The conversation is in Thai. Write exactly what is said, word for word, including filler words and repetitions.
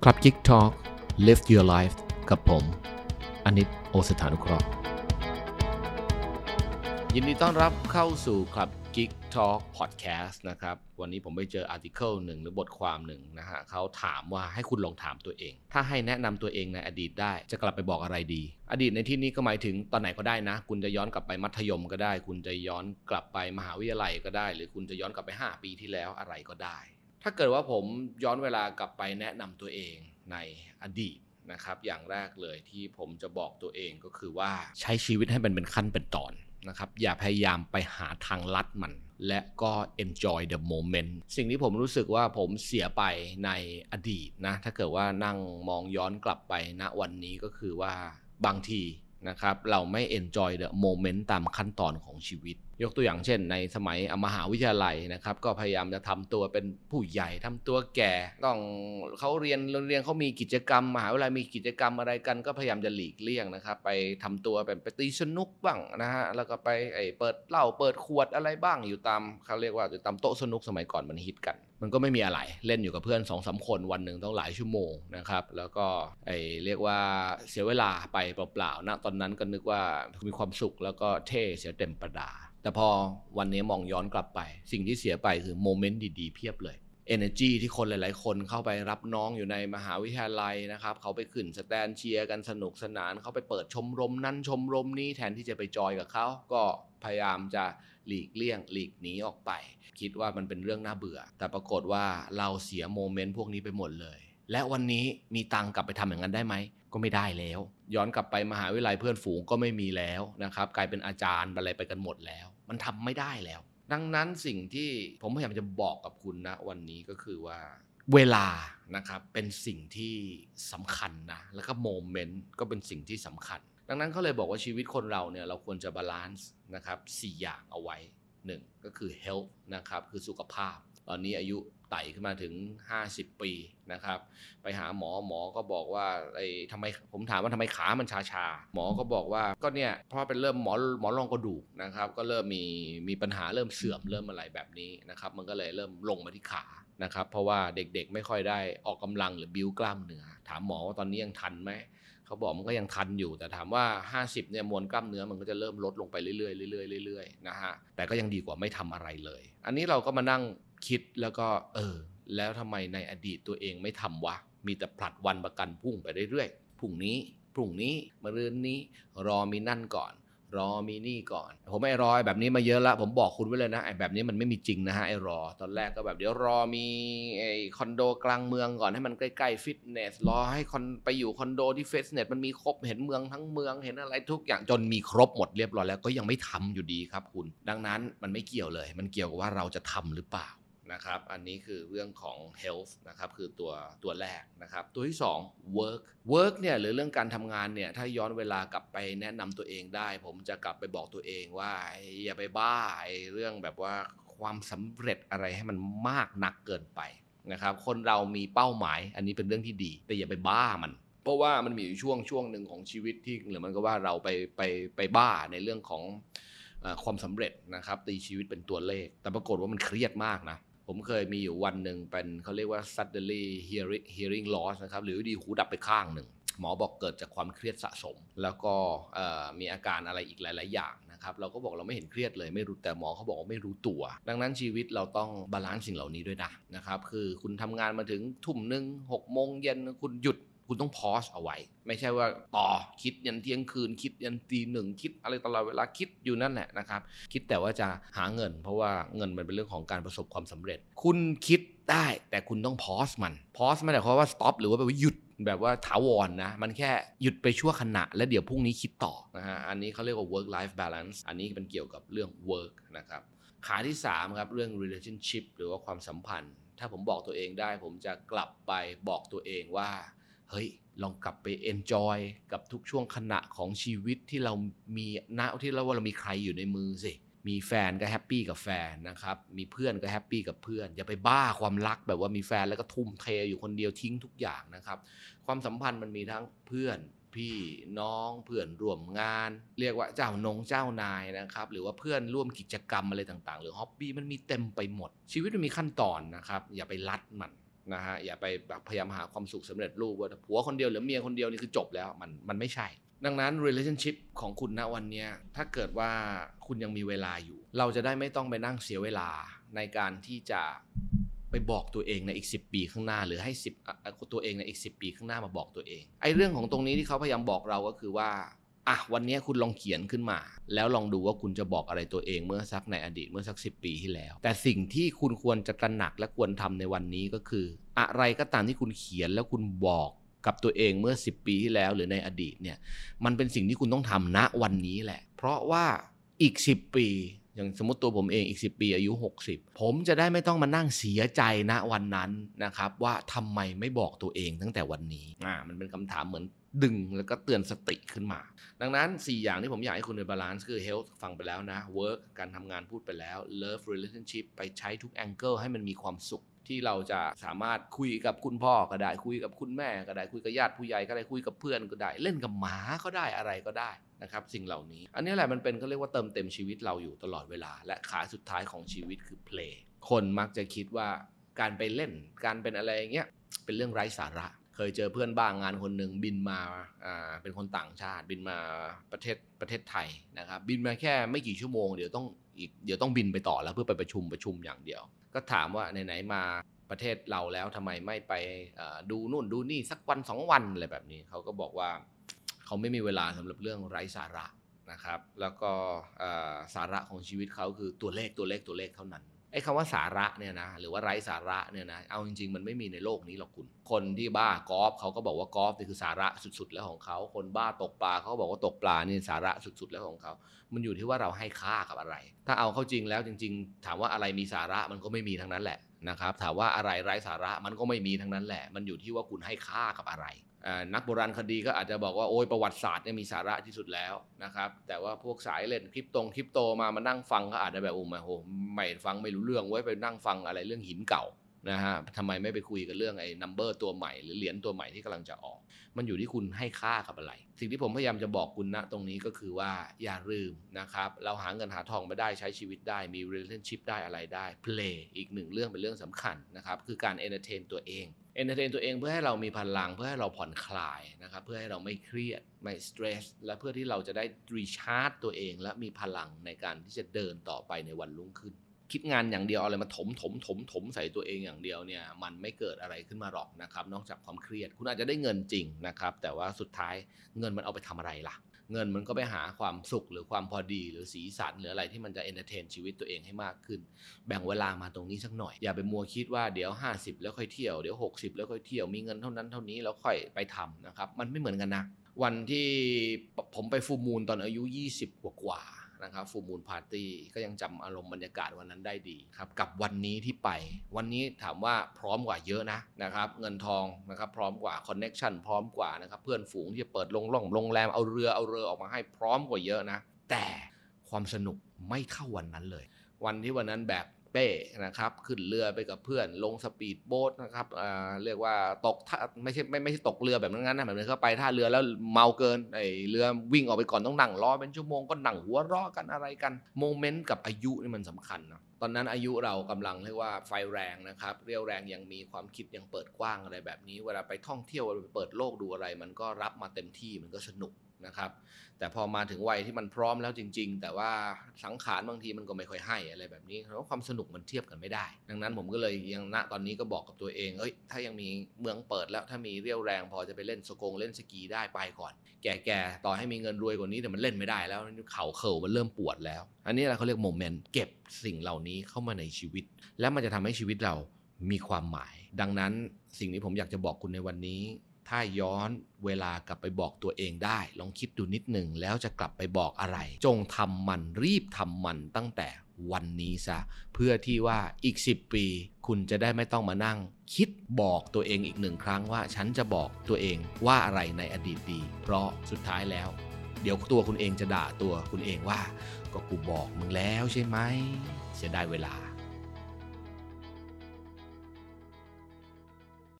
Club Geek Talk Live Your Life กับผมอนิต โอสถานุเคราะห์ยินดีต้อนรับเข้าสู่ Club Geek Talk Podcast นะครับวันนี้ผมไปเจออาร์ติเคิลหนึ่งหรือบทความหนึ่งนะฮะเขาถามว่าให้คุณลองถามตัวเองถ้าให้แนะนำตัวเองในอดีตได้จะกลับไปบอกอะไรดีอดีตในที่นี้ก็หมายถึงตอนไหนก็ได้นะคุณจะย้อนกลับไปมัธยมก็ได้คุณจะย้อนกลับไปมหาวิทยาลัยก็ได้หรือคุณจะย้อนกลับไปห้าปีที่แล้วอะไรก็ได้ถ้าเกิดว่าผมย้อนเวลากลับไปแนะนำตัวเองในอดีตนะครับอย่างแรกเลยที่ผมจะบอกตัวเองก็คือว่าใช้ชีวิตให้มันเป็นขั้นเป็นตอนนะครับอย่าพยายามไปหาทางลัดมันและก็ enjoy the moment สิ่งที่ผมรู้สึกว่าผมเสียไปในอดีตนะถ้าเกิดว่านั่งมองย้อนกลับไปณวันนี้ก็คือว่าบางทีนะครับเราไม่ enjoy the moment ตามขั้นตอนของชีวิตยกตัวอย่างเช่นในสมัยมหาวิทยาลัยนะครับก็พยายามจะทำตัวเป็นผู้ใหญ่ทำตัวแก่ต้องเขาเรียนโรงเรียนเขามีกิจกรรมมหาวิทยาลัยมีกิจกรรมอะไรกันก็พยายามจะหลีกเลี่ยงนะครับไปทำตัวเป็นไปตีสนุกบ้างนะฮะแล้วก็ไปไอ้เปิดเหล้าเปิดขวดอะไรบ้างอยู่ตามเขาเรียกว่าอยู่ตามโต๊ะสนุกสมัยก่อนมันฮิตกันมันก็ไม่มีอะไรเล่นอยู่กับเพื่อน สองสาม คนวันนึงต้องหลายชั่วโมงนะครับแล้วก็ไอ้เรียกว่าเสียเวลาไปเปล่าๆณตอนนั้นก็นึกว่ามีความสุขแล้วก็เท่เสียเต็มประดาแต่พอวันนี้มองย้อนกลับไปสิ่งที่เสียไปคือโมเมนต์ดีๆเพียบเลย energy ที่คนหลายๆคนเข้าไปรับน้องอยู่ในมหาวิทยาลัยนะครับเขาไปขึ้นสแตนเชียร์กันสนุกสนานเขาไปเปิดชมรมนั้นชมรมนี้แทนที่จะไปจอยกับเขาก็พยายามจะหลีกเลี่ยงหลีกหนีออกไปคิดว่ามันเป็นเรื่องน่าเบื่อแต่ปรากฏว่าเราเสียโมเมนต์พวกนี้ไปหมดเลยและวันนี้มีตังกลับไปทำอย่างนั้นได้ไหมก็ไม่ได้แล้วย้อนกลับไปมหาวิทยาลัยเพื่อนฝูงก็ไม่มีแล้วนะครับกลายเป็นอาจารย์อะไรไปกันหมดแล้วมันทำไม่ได้แล้วดังนั้นสิ่งที่ผมพยายามจะบอกกับคุณนะวันนี้ก็คือว่าเวลานะครับเป็นสิ่งที่สำคัญนะแล้วก็โมเมนต์ก็เป็นสิ่งที่สำคัญดังนั้นเขาเลยบอกว่าชีวิตคนเราเนี่ยเราควรจะบาลานซ์นะครับสี่อย่างเอาไว้หนึ่งก็คือ health นะครับคือสุขภาพตอนนี้อายุไต่ขึ้นมาถึงห้าสิบปีนะครับไปหาหมอหมอก็บอกว่าไอ้ทำไมผมถามว่าทำไมขามันชาชาหมอก็บอกว่าก็เนี่ยเพราะเป็นเริ่มหมอหมอรองกระดูกนะครับก็เริ่มมีมีปัญหาเริ่มเสื่อมเริ่มอะไรแบบนี้นะครับมันก็เลยเริ่มลงมาที่ขานะครับเพราะว่าเด็กๆไม่ค่อยได้ออกกำลังหรือบิ้วกล้ามเนื้อถามหมอว่าตอนนี้ยังทันไหมเขาบอกมันก็ยังทันอยู่แต่ถามว่าห้าสิบเนี่ยมวลกล้ามเนื้อมันก็จะเริ่มลดลงไปเรื่อยๆเรื่อยๆเรื่อยๆนะฮะแต่ก็ยังดีกว่าไม่ทำอะไรเลยอันนี้เราก็มานั่งคิดแล้วก็เออแล้วทำไมในอดีตตัวเองไม่ทำวะมีแต่ผลัดวันประกันพุ่งไปเรื่อยๆพรุ่งนี้พรุ่งนี้มะรืนนี้รอมีนั่นก่อนรอมีนี่ก่อนผมไม่รอแบบนี้มาเยอะละผมบอกคุณไว้เลยนะไอ้แบบนี้มันไม่มีจริงนะฮะไอ้รอตอนแรกก็แบบเดี๋ยวรอมีไอ้คอนโดกลางเมืองก่อนให้มันใกล้ๆฟิตเนสรอให้คอนไปอยู่คอนโดที่ฟิตเนสมันมีครบเห็นเมืองทั้งเมืองเห็นอะไรทุกอย่างจนมีครบหมดเรียบร้อยแล้วก็ยังไม่ทำอยู่ดีครับคุณดังนั้นมันไม่เกี่ยวเลยมันเกี่ยวกับว่าเราจะทำหรือเปล่านะครับอันนี้คือเรื่องของ health นะครับคือตัวตัวแรกนะครับตัวที่สอง work work เนี่ยหรือเรื่องการทำงานเนี่ยถ้าย้อนเวลากลับไปแนะนำตัวเองได้ผมจะกลับไปบอกตัวเองว่าอย่าไปบ้าไอ้เรื่องแบบว่าความสำเร็จอะไรให้มันมากนักเกินไปนะครับคนเรามีเป้าหมายอันนี้เป็นเรื่องที่ดีแต่อย่าไปบ้ามันเพราะว่ามันมีอยู่ช่วงช่วงหนึ่งของชีวิตที่หรือมันก็ว่าเราไปไปไปบ้าในเรื่องของความสำเร็จนะครับตีชีวิตเป็นตัวเลขแต่ปรากฏว่ามันเครียดมากนะผมเคยมีอยู่วันหนึ่งเป็นเขาเรียกว่า suddenly hearing hearing loss นะครับหรือดีหูดับไปข้างหนึ่งหมอบอกเกิดจากความเครียดสะสมแล้วก็มีอาการอะไรอีกหลายๆอย่างนะครับเราก็บอกเราไม่เห็นเครียดเลยไม่รู้แต่หมอเขาบอกว่าไม่รู้ตัวดังนั้นชีวิตเราต้องบาลานซ์สิ่งเหล่านี้ด้วยนะนะครับคือคุณทำงานมาถึงทุ่มนึงหกโมงเย็นคุณหยุดคุณต้องพอสเอาไว้ไม่ใช่ว่าต่อคิดยันเที่ยงคืนคิดยันตีหนึ่งคิดอะไรตลอดเวลาคิดอยู่นั่นแหละนะครับคิดแต่ว่าจะหาเงินเพราะว่าเงินมันเป็นเรื่องของการประสบความสำเร็จคุณคิดได้แต่คุณต้องพอสมันพอสไม่ได้เพราะว่าสต็อปหรือว่าแบบหยุดแบบว่าถาวรนะมันแค่หยุดไปชั่วขณะแล้วเดี๋ยวพรุ่งนี้คิดต่อนะฮะอันนี้เขาเรียกว่า work life balance อันนี้เป็นเกี่ยวกับเรื่อง work นะครับขาที่สามครับเรื่อง relationship หรือว่าความสัมพันธ์ถ้าผมบอกตัวเองได้ผมจะกลับไปบอกตัวเองว่าเฮ้ยลองกลับไป enjoy กับทุกช่วงขณะของชีวิตที่เรามีณที่เราว่าเรามีใครอยู่ในมือสิมีแฟนก็แฮปปี้กับแฟนนะครับมีเพื่อนก็แฮปปี้กับเพื่อนอย่าไปบ้าความรักแบบว่ามีแฟนแล้วก็ทุ่มเทอยู่คนเดียวทิ้งทุกอย่างนะครับความสัมพันธ์มันมีทั้งเพื่อนพี่น้องเพื่อนร่วมงานเรียกว่าเจ้านงเจ้านายนะครับหรือว่าเพื่อนร่วมกิจกรรมอะไรต่างๆหรือฮ็อบบี้มันมีเต็มไปหมดชีวิตมันมีขั้นตอนนะครับอย่าไปลัดมันนะฮะอย่าไปแบบพยายามหาความสุขสำเร็จรูปว่าผัวคนเดียวหรือเมียคนเดียวนี่คือจบแล้วมันมันไม่ใช่ดังนั้น relationship ของคุณณวันนี้ถ้าเกิดว่าคุณยังมีเวลาอยู่เราจะได้ไม่ต้องไปนั่งเสียเวลาในการที่จะไปบอกตัวเองในอีกสิบปีข้างหน้าหรือให้สิบตัวเองในอีกสิบปีข้างหน้ามาบอกตัวเองไอ้เรื่องของตรงนี้ที่เขาพยายามบอกเราก็คือว่าอ่ะวันนี้คุณลองเขียนขึ้นมาแล้วลองดูว่าคุณจะบอกอะไรตัวเองเมื่อสักในอดีตเมื่อสักสิบปีที่แล้วแต่สิ่งที่คุณควรจะตระหนักและควรทำในวันนี้ก็คืออะไรก็ตามที่คุณเขียนแล้วคุณบอกกับตัวเองเมื่อสิบปีที่แล้วหรือในอดีตเนี่ยมันเป็นสิ่งที่คุณต้องทำณวันนี้แหละเพราะว่าอีกสิบปีอย่างสมมติตัวผมเองอีกสิบปีอายุหกสิบผมจะได้ไม่ต้องมานั่งเสียใจณวันนั้นนะครับว่าทำไมไม่บอกตัวเองตั้งแต่วันนี้อ่ามันเป็นคำถามเหมือนดึงแล้วก็เตือนสติขึ้นมาดังนั้นสี่อย่างที่ผมอยากให้คุณในบาลานซ์คือ health ฟังไปแล้วนะ work การทำงานพูดไปแล้ว love relationship ไปใช้ทุก angle ให้มันมีความสุขที่เราจะสามารถคุยกับคุณพ่อก็ได้คุยกับคุณแม่ก็ได้คุยกับญาติผู้ใหญ่ก็ได้คุยกับเพื่อนก็ได้เล่นกับหมาก็ได้อะไรก็ได้นะครับสิ่งเหล่านี้อันนี้แหละมันเป็นเขาเรียกว่าเติมเต็มชีวิตเราอยู่ตลอดเวลาและขาสุดท้ายของชีวิตคือ play คนมักจะคิดว่าการไปเล่นการเป็นอะไรอย่างเงี้ยเป็นเรื่องไร้สาระเคยเจอเพื่อนบ้างงานคนหนึ่งบินมาอ่าเป็นคนต่างชาติบินมาประเทศประเทศไทยนะครับบินมาแค่ไม่กี่ชั่วโมงเดี๋ยวต้องอีกเดี๋ยวต้องบินไปต่อแล้วเพื่อไปประชุมประชุมอย่างเดียวก็ถามว่าไหนๆมาประเทศเราแล้วทำไมไม่ไปดูนู่นดูนี่สักวันสองวันอะไรแบบนี้เขาก็บอกว่าเขาไม่มีเวลาสำหรับเรื่องไร้สาระนะครับแล้วก็สาระของชีวิตเขาคือตัวเลขตัวเลขตัวเลขเท่านั้นไอ้คำว่าสาระเนี่ยนะหรือว่าไร้สาระเนี่ยนะเอาจริงๆมันไม่มีในโลกนี้หรอกคุณคนที่บ้ากอล์ฟเขาก็บอกว่ากอล์ฟนี่คือสาระสุดๆแล้วของเขาคนบ้าตกปลาเขาบอกว่าตกปลานี่สาระสุดๆแล้วของเขามันอยู่ที่ว่าเราให้ค่ากับอะไรถ้าเอาเข้าจริงแล้วจริงๆถามว่าอะไรมีสาระมันก็ไม่มีทั้งนั้นแหละนะครับถามว่าอะไรไร้สาระมันก็ไม่มีทั้งนั้นแหละมันอยู่ที่ว่าคุณให้ค่ากับอะไรนักโบราณคดีก็อาจจะบอกว่าโอ้ยประวัติศาสตร์เนี่ยมีสาระที่สุดแล้วนะครับแต่ว่าพวกสายเล่นคริปโตคริปโตมามานั่งฟังก็อาจจะแบบโอ้โหไม่ฟังไม่รู้เรื่องไว้ไปนั่งฟังอะไรเรื่องหินเก่านะฮะทำไมไม่ไปคุยกันเรื่องไอ้นัมเบอร์ตัวใหม่หรือเหรียญตัวใหม่ที่กำลังจะออกมันอยู่ที่คุณให้ค่ากับอะไรสิ่งที่ผมพยายามจะบอกคุณนะตรงนี้ก็คือว่าอย่าลืมนะครับเราหาเงินหาทองไม่ได้ใช้ชีวิตได้มี relationship ได้อะไรได้ play อีกหนึ่งเรื่องเป็นเรื่องสำคัญนะครับคือการ entertain ตัวเองเอนเตอร์เทนตัวเองเพื่อให้เรามีพลังเพื่อให้เราผ่อนคลายนะครับเพื่อให้เราไม่เครียดไม่สเตรสและเพื่อที่เราจะได้รีชาร์จตัวเองและมีพลังในการที่จะเดินต่อไปในวันรุ่งขึ้นคิดงานอย่างเดียวเอาอะไรมาถมถมถมถมใส่ตัวเองอย่างเดียวเนี่ยมันไม่เกิดอะไรขึ้นมาหรอกนะครับนอกจากความเครียดคุณอาจจะได้เงินจริงนะครับแต่ว่าสุดท้ายเงินมันเอาไปทำอะไรล่ะเงินมันก็ไปหาความสุขหรือความพอดีหรือสีสันหรืออะไรที่มันจะเอนเตอร์เทนชีวิตตัวเองให้มากขึ้นแบ่งเวลามาตรงนี้สักหน่อยอย่าไปมัวคิดว่าเดี๋ยวห้าสิบแล้วค่อยเที่ยวเดี๋ยวหกสิบแล้วค่อยเที่ยวมีเงินเท่านั้นเท่านี้แล้วค่อยไปทำนะครับมันไม่เหมือนกันนะวันที่ผมไปฟูลมูนตอนอายุยี่สิบกว่านะครับฟูลมูนพาร์ตี้ก็ยังจำอารมณ์บรรยากาศวันนั้นได้ดีครับกับวันนี้ที่ไปวันนี้ถามว่าพร้อมกว่าเยอะนะนะครับเงินทองนะครับพร้อมกว่าคอนเน็กชันพร้อมกว่านะครับเพื่อนฝูงที่จะเปิดโรงโรงแรมเอาเรือเอาเรือออกมาให้พร้อมกว่าเยอะนะแต่ความสนุกไม่เท่าวันนั้นเลยวันที่วันนั้นแบบเป้นะครับขึ้นเรือไปกับเพื่อนลงสปีดโบ๊ทนะครับอ่าเรียกว่าตกไม่ใช่ไม่ไม่ใช่ตกเรือแบบนั้นนะแบบนั้นเข้าไปท่าเรือแล้วเมาเกินไอ้เรือวิ่งออกไปก่อนต้องนั่งรอเป็นชั่วโมงก็นั่งหัวเราะกันอะไรกันโมเมนต์กับอายุนี่มันสำคัญนะตอนนั้นอายุเรากำลังเรียกว่าไฟแรงนะครับเรี่ยวแรงยังมีความคิดยังเปิดกว้างอะไรแบบนี้เวลาไปท่องเที่ยวไปเปิดโลกดูอะไรมันก็รับมาเต็มที่มันก็สนุกนะครับแต่พอมาถึงวัยที่มันพร้อมแล้วจริงๆแต่ว่าสังขารบางทีมันก็ไม่ค่อยให้อะไรแบบนี้เพราะความสนุกมันเทียบกันไม่ได้ดังนั้นผมก็เลยยังณตอนนี้ก็บอกกับตัวเองเอ้ยถ้ายังมีเมืองเปิดแล้วถ้ามีเรี่ยวแรงพอจะไปเล่นสกงเล่นสกีได้ไปก่อนแก่ๆต่อให้มีเงินรวยกว่านี้แต่มันเล่นไม่ได้แล้วเข่าเข่ามันเริ่มปวดแล้วอันนี้แหละเขาเรียกโมเมนต์เก็บสิ่งเหล่านี้เข้ามาในชีวิตแล้วมันจะทำให้ชีวิตเรามีความหมายดังนั้นสิ่งที่ผมอยากจะบอกคุณในวันนี้ถ้าย้อนเวลากลับไปบอกตัวเองได้ลองคิดดูนิดหนึ่งแล้วจะกลับไปบอกอะไรจงทำมันรีบทำมันตั้งแต่วันนี้ซะเพื่อที่ว่าอีกสิบปีคุณจะได้ไม่ต้องมานั่งคิดบอกตัวเองอีกหนึ่งครั้งว่าฉันจะบอกตัวเองว่าอะไรในอดีตดีเพราะสุดท้ายแล้วเดี๋ยวตัวคุณเองจะด่าตัวคุณเองว่าก็กูบอกมึงแล้วใช่ไหมเสียดายเวลา